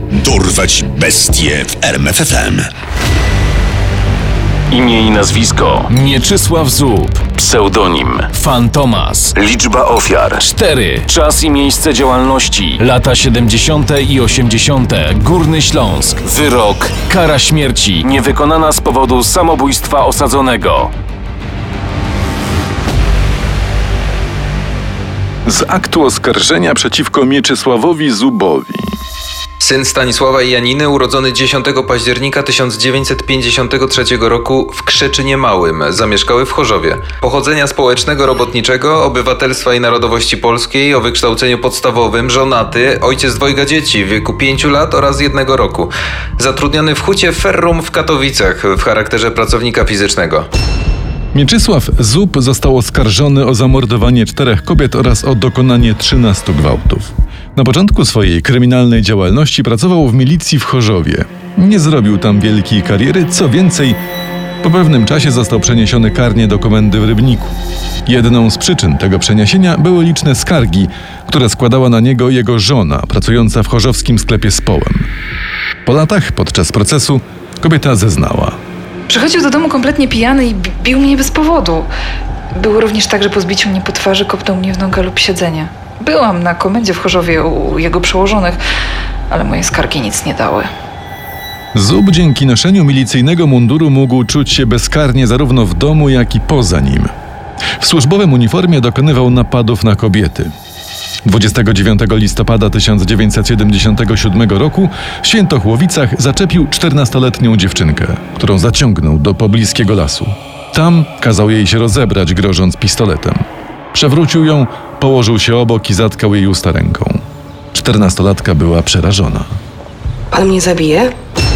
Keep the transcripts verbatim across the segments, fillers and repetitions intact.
Dorwać bestie w R M F F M. Imię i nazwisko: Mieczysław Zub. pseudonim Fantomas. liczba ofiar cztery. czas i miejsce działalności: Lata siedemdziesiąte i osiemdziesiąte. Górny Śląsk. wyrok: Kara śmierci. niewykonana z powodu samobójstwa osadzonego. Z aktu oskarżenia przeciwko Mieczysławowi Zubowi. Syn Stanisława i Janiny, urodzony dziesiątego października tysiąc dziewięćset pięćdziesiątego trzeciego roku w Krzeczynie Małym, zamieszkały w Chorzowie. Pochodzenia społecznego, robotniczego, obywatelstwa i narodowości polskiej, o wykształceniu podstawowym, żonaty, ojciec dwojga dzieci w wieku pięciu lat oraz jednego roku. Zatrudniony w hucie Ferrum w Katowicach w charakterze pracownika fizycznego. Mieczysław Zub został oskarżony o zamordowanie czterech kobiet oraz o dokonanie trzynastu gwałtów. Na początku swojej kryminalnej działalności pracował w milicji w Chorzowie. Nie zrobił tam wielkiej kariery, co więcej, po pewnym czasie został przeniesiony karnie do komendy w Rybniku. Jedną z przyczyn tego przeniesienia były liczne skargi, które składała na niego jego żona, pracująca w chorzowskim sklepie z połem. Po latach, podczas procesu, kobieta zeznała. Przychodził do domu kompletnie pijany i bi- bił mnie bez powodu. Było również tak, że po zbiciu mnie po twarzy kopnął mnie w nogę lub siedzenie. Byłam na komendzie w Chorzowie u jego przełożonych, ale moje skargi nic nie dały. Zub dzięki noszeniu milicyjnego munduru mógł czuć się bezkarnie zarówno w domu, jak i poza nim. W służbowym uniformie dokonywał napadów na kobiety. dwudziestego dziewiątego listopada tysiąc dziewięćset siedemdziesiątego siódmego roku w Świętochłowicach zaczepił czternastoletnią dziewczynkę, którą zaciągnął do pobliskiego lasu. Tam kazał jej się rozebrać, grożąc pistoletem. Przewrócił ją, położył się obok i zatkał jej usta ręką. Czternastolatka była przerażona. Pan mnie zabije?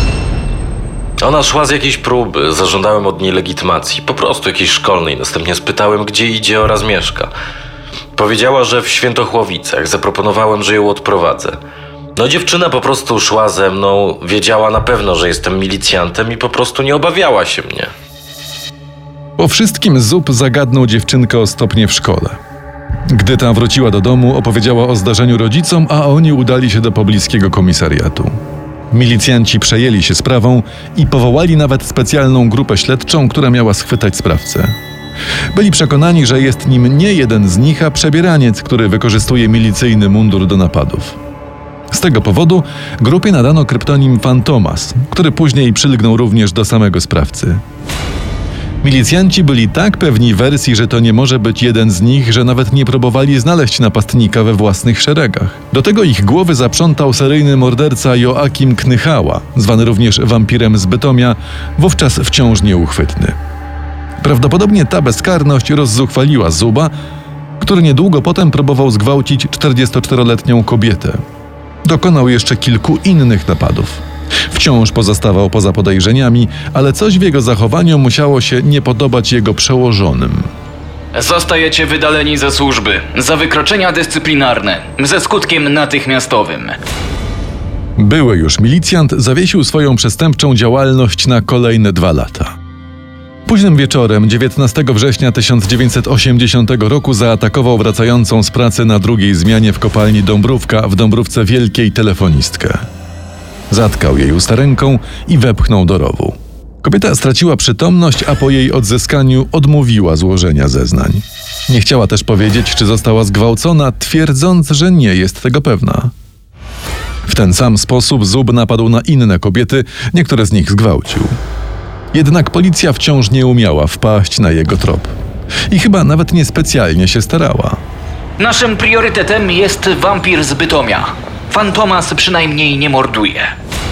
Ona szła z jakiejś próby, zażądałem od niej legitymacji, po prostu jakiejś szkolnej. Następnie spytałem, gdzie idzie oraz mieszka. Powiedziała, że w Świętochłowicach. Zaproponowałem, że ją odprowadzę. No dziewczyna po prostu szła ze mną, wiedziała na pewno, że jestem milicjantem i po prostu nie obawiała się mnie. Po wszystkim Zub zagadnął dziewczynkę o stopnie w szkole. Gdy ta wróciła do domu, opowiedziała o zdarzeniu rodzicom, a oni udali się do pobliskiego komisariatu. Milicjanci przejęli się sprawą i powołali nawet specjalną grupę śledczą, która miała schwytać sprawcę. Byli przekonani, że jest nim nie jeden z nich, a przebieraniec, który wykorzystuje milicyjny mundur do napadów. Z tego powodu grupie nadano kryptonim Fantomas, który później przylgnął również do samego sprawcy. Milicjanci byli tak pewni wersji, że to nie może być jeden z nich, że nawet nie próbowali znaleźć napastnika we własnych szeregach. Do tego ich głowy zaprzątał seryjny morderca Joachim Knychała, zwany również wampirem z Bytomia, wówczas wciąż nieuchwytny. Prawdopodobnie ta bezkarność rozzuchwaliła Zuba, który niedługo potem próbował zgwałcić czterdziestoczteroletnią kobietę. Dokonał jeszcze kilku innych napadów. Wciąż pozostawał poza podejrzeniami, ale coś w jego zachowaniu musiało się nie podobać jego przełożonym. Zostajecie wydaleni ze służby za wykroczenia dyscyplinarne ze skutkiem natychmiastowym. Były już milicjant zawiesił swoją przestępczą działalność na kolejne dwa lata. Późnym wieczorem dziewiętnastego września tysiąc dziewięćset osiemdziesiątego roku zaatakował wracającą z pracy na drugiej zmianie w kopalni Dąbrówka w Dąbrówce Wielkiej telefonistkę. Zatkał jej usta ręką i wepchnął do rowu. Kobieta straciła przytomność, a po jej odzyskaniu odmówiła złożenia zeznań. Nie chciała też powiedzieć, czy została zgwałcona, twierdząc, że nie jest tego pewna. W ten sam sposób Zub napadł na inne kobiety, niektóre z nich zgwałcił. Jednak policja wciąż nie umiała wpaść na jego trop. I chyba nawet niespecjalnie się starała. Naszym priorytetem jest wampir z Bytomia. Fantomas przynajmniej nie morduje.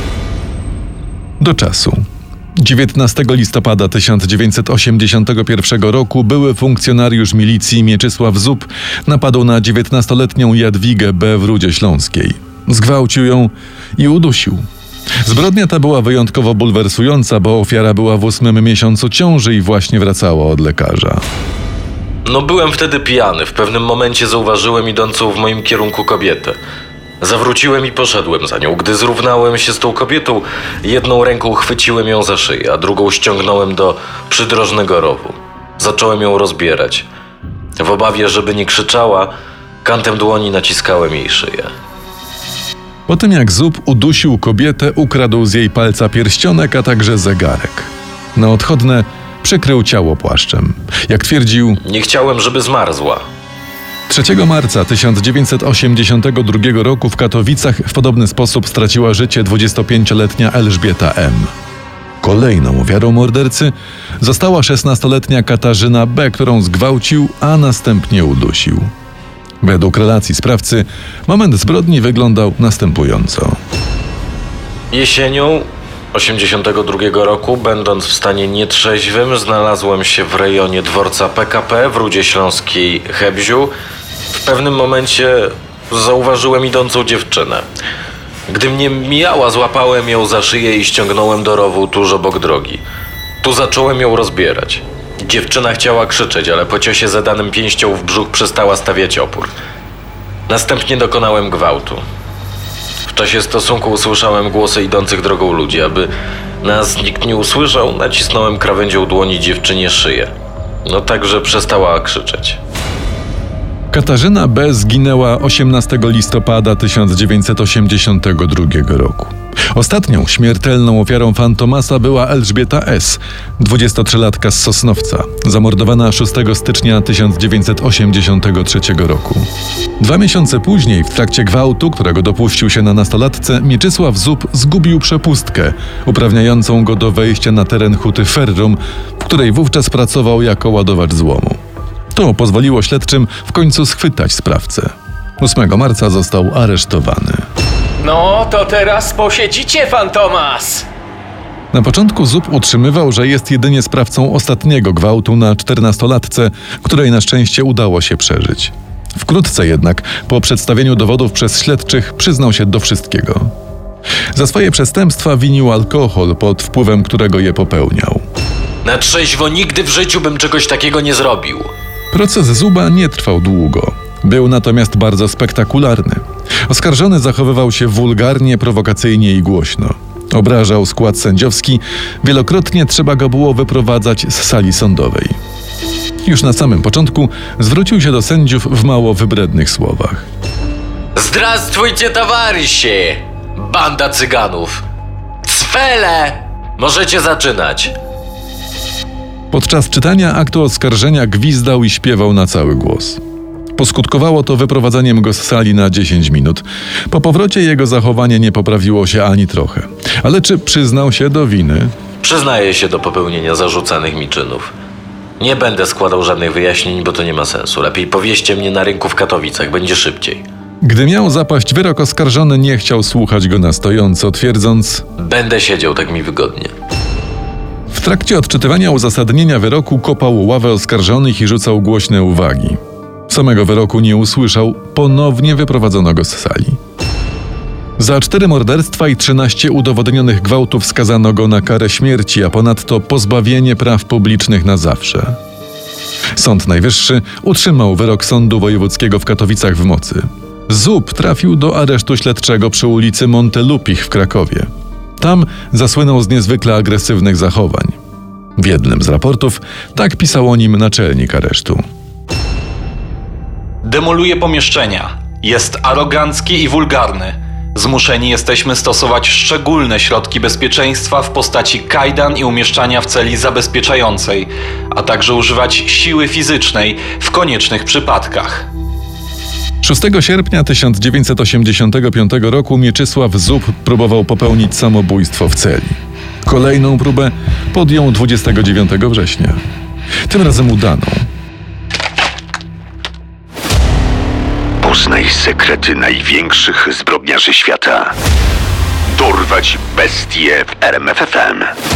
Do czasu. dziewiętnastego listopada tysiąc dziewięćset osiemdziesiątego pierwszego roku były funkcjonariusz milicji Mieczysław Zub napadł na dziewiętnastoletnią Jadwigę B. w Rudzie Śląskiej. Zgwałcił ją i udusił. Zbrodnia ta była wyjątkowo bulwersująca, bo ofiara była w ósmym miesiącu ciąży i właśnie wracała od lekarza. No byłem wtedy pijany. W pewnym momencie zauważyłem idącą w moim kierunku kobietę. Zawróciłem i poszedłem za nią. Gdy zrównałem się z tą kobietą, jedną ręką chwyciłem ją za szyję, a drugą ściągnąłem do przydrożnego rowu. Zacząłem ją rozbierać. W obawie, żeby nie krzyczała, kantem dłoni naciskałem jej szyję. Po tym jak Zub udusił kobietę, ukradł z jej palca pierścionek, a także zegarek. Na odchodne przykrył ciało płaszczem. Jak twierdził, Nie chciałem, żeby zmarzła. trzeciego marca tysiąc dziewięćset osiemdziesiątego drugiego roku w Katowicach w podobny sposób straciła życie dwudziestopięcioletnia Elżbieta M. Kolejną ofiarą mordercy została szesnastoletnia Katarzyna B., którą zgwałcił, a następnie udusił. Według relacji sprawcy moment zbrodni wyglądał następująco. Jesienią osiemdziesiątego drugiego roku, będąc w stanie nietrzeźwym, znalazłem się w rejonie dworca P K P w Rudzie Śląskiej Hebziu. W pewnym momencie zauważyłem idącą dziewczynę. Gdy mnie mijała, złapałem ją za szyję i ściągnąłem do rowu tuż obok drogi. Tu zacząłem ją rozbierać. Dziewczyna chciała krzyczeć, ale po ciosie zadanym pięścią w brzuch przestała stawiać opór. Następnie dokonałem gwałtu. W czasie stosunku usłyszałem głosy idących drogą ludzi. Aby nas nikt nie usłyszał, nacisnąłem krawędzią dłoni dziewczynie szyję. No tak, że przestała krzyczeć. Katarzyna B. zginęła osiemnastego listopada tysiąc dziewięćset osiemdziesiątego drugiego roku. Ostatnią śmiertelną ofiarą Fantomasa była Elżbieta S., dwudziestotrzylatka z Sosnowca, zamordowana szóstego stycznia tysiąc dziewięćset osiemdziesiątego trzeciego roku. Dwa miesiące później, w trakcie gwałtu, którego dopuścił się na nastolatce, Mieczysław Zub zgubił przepustkę uprawniającą go do wejścia na teren huty Ferrum, w której wówczas pracował jako ładowacz złomu. To pozwoliło śledczym w końcu schwytać sprawcę. ósmego marca został aresztowany. No, to teraz posiedzicie, Fantomas! Na początku Zub utrzymywał, że jest jedynie sprawcą ostatniego gwałtu na czternastolatce, której na szczęście udało się przeżyć. Wkrótce jednak, po przedstawieniu dowodów przez śledczych, przyznał się do wszystkiego. Za swoje przestępstwa winił alkohol, pod wpływem którego je popełniał. Na trzeźwo nigdy w życiu bym czegoś takiego nie zrobił. Proces Zuba nie trwał długo. Był natomiast bardzo spektakularny. Oskarżony zachowywał się wulgarnie, prowokacyjnie i głośno. Obrażał skład sędziowski, wielokrotnie trzeba go było wyprowadzać z sali sądowej. Już na samym początku zwrócił się do sędziów w mało wybrednych słowach. Zdrastwujcie, towarzysze! Banda cyganów! Cwele! Możecie zaczynać. Podczas czytania aktu oskarżenia gwizdał i śpiewał na cały głos. Poskutkowało to wyprowadzaniem go z sali na dziesięć minut. Po powrocie jego zachowanie nie poprawiło się ani trochę. Ale czy przyznał się do winy? Przyznaję się do popełnienia zarzucanych mi czynów. Nie będę składał żadnych wyjaśnień, bo to nie ma sensu. Lepiej powieźcie mnie na rynku w Katowicach, będzie szybciej. Gdy miał zapaść wyrok, oskarżony nie chciał słuchać go na stojąco, twierdząc: Będę siedział, tak mi wygodnie. W trakcie odczytywania uzasadnienia wyroku kopał ławę oskarżonych i rzucał głośne uwagi. Samego wyroku nie usłyszał, ponownie wyprowadzono go z sali. Za cztery morderstwa i trzynaście udowodnionych gwałtów skazano go na karę śmierci, a ponadto pozbawienie praw publicznych na zawsze. Sąd Najwyższy utrzymał wyrok Sądu Wojewódzkiego w Katowicach w mocy. Zub trafił do aresztu śledczego przy ulicy Montelupich w Krakowie. Tam zasłynął z niezwykle agresywnych zachowań. W jednym z raportów tak pisał o nim naczelnik aresztu. Demoluje pomieszczenia. Jest arogancki i wulgarny. Zmuszeni jesteśmy stosować szczególne środki bezpieczeństwa w postaci kajdan i umieszczania w celi zabezpieczającej, a także używać siły fizycznej w koniecznych przypadkach. szóstego sierpnia tysiąc dziewięćset osiemdziesiątego piątego roku Mieczysław Zub próbował popełnić samobójstwo w celi. Kolejną próbę podjął dwudziestego dziewiątego września. Tym razem udaną. Poznaj sekrety największych zbrodniarzy świata. Dorwać bestie w R M F F M.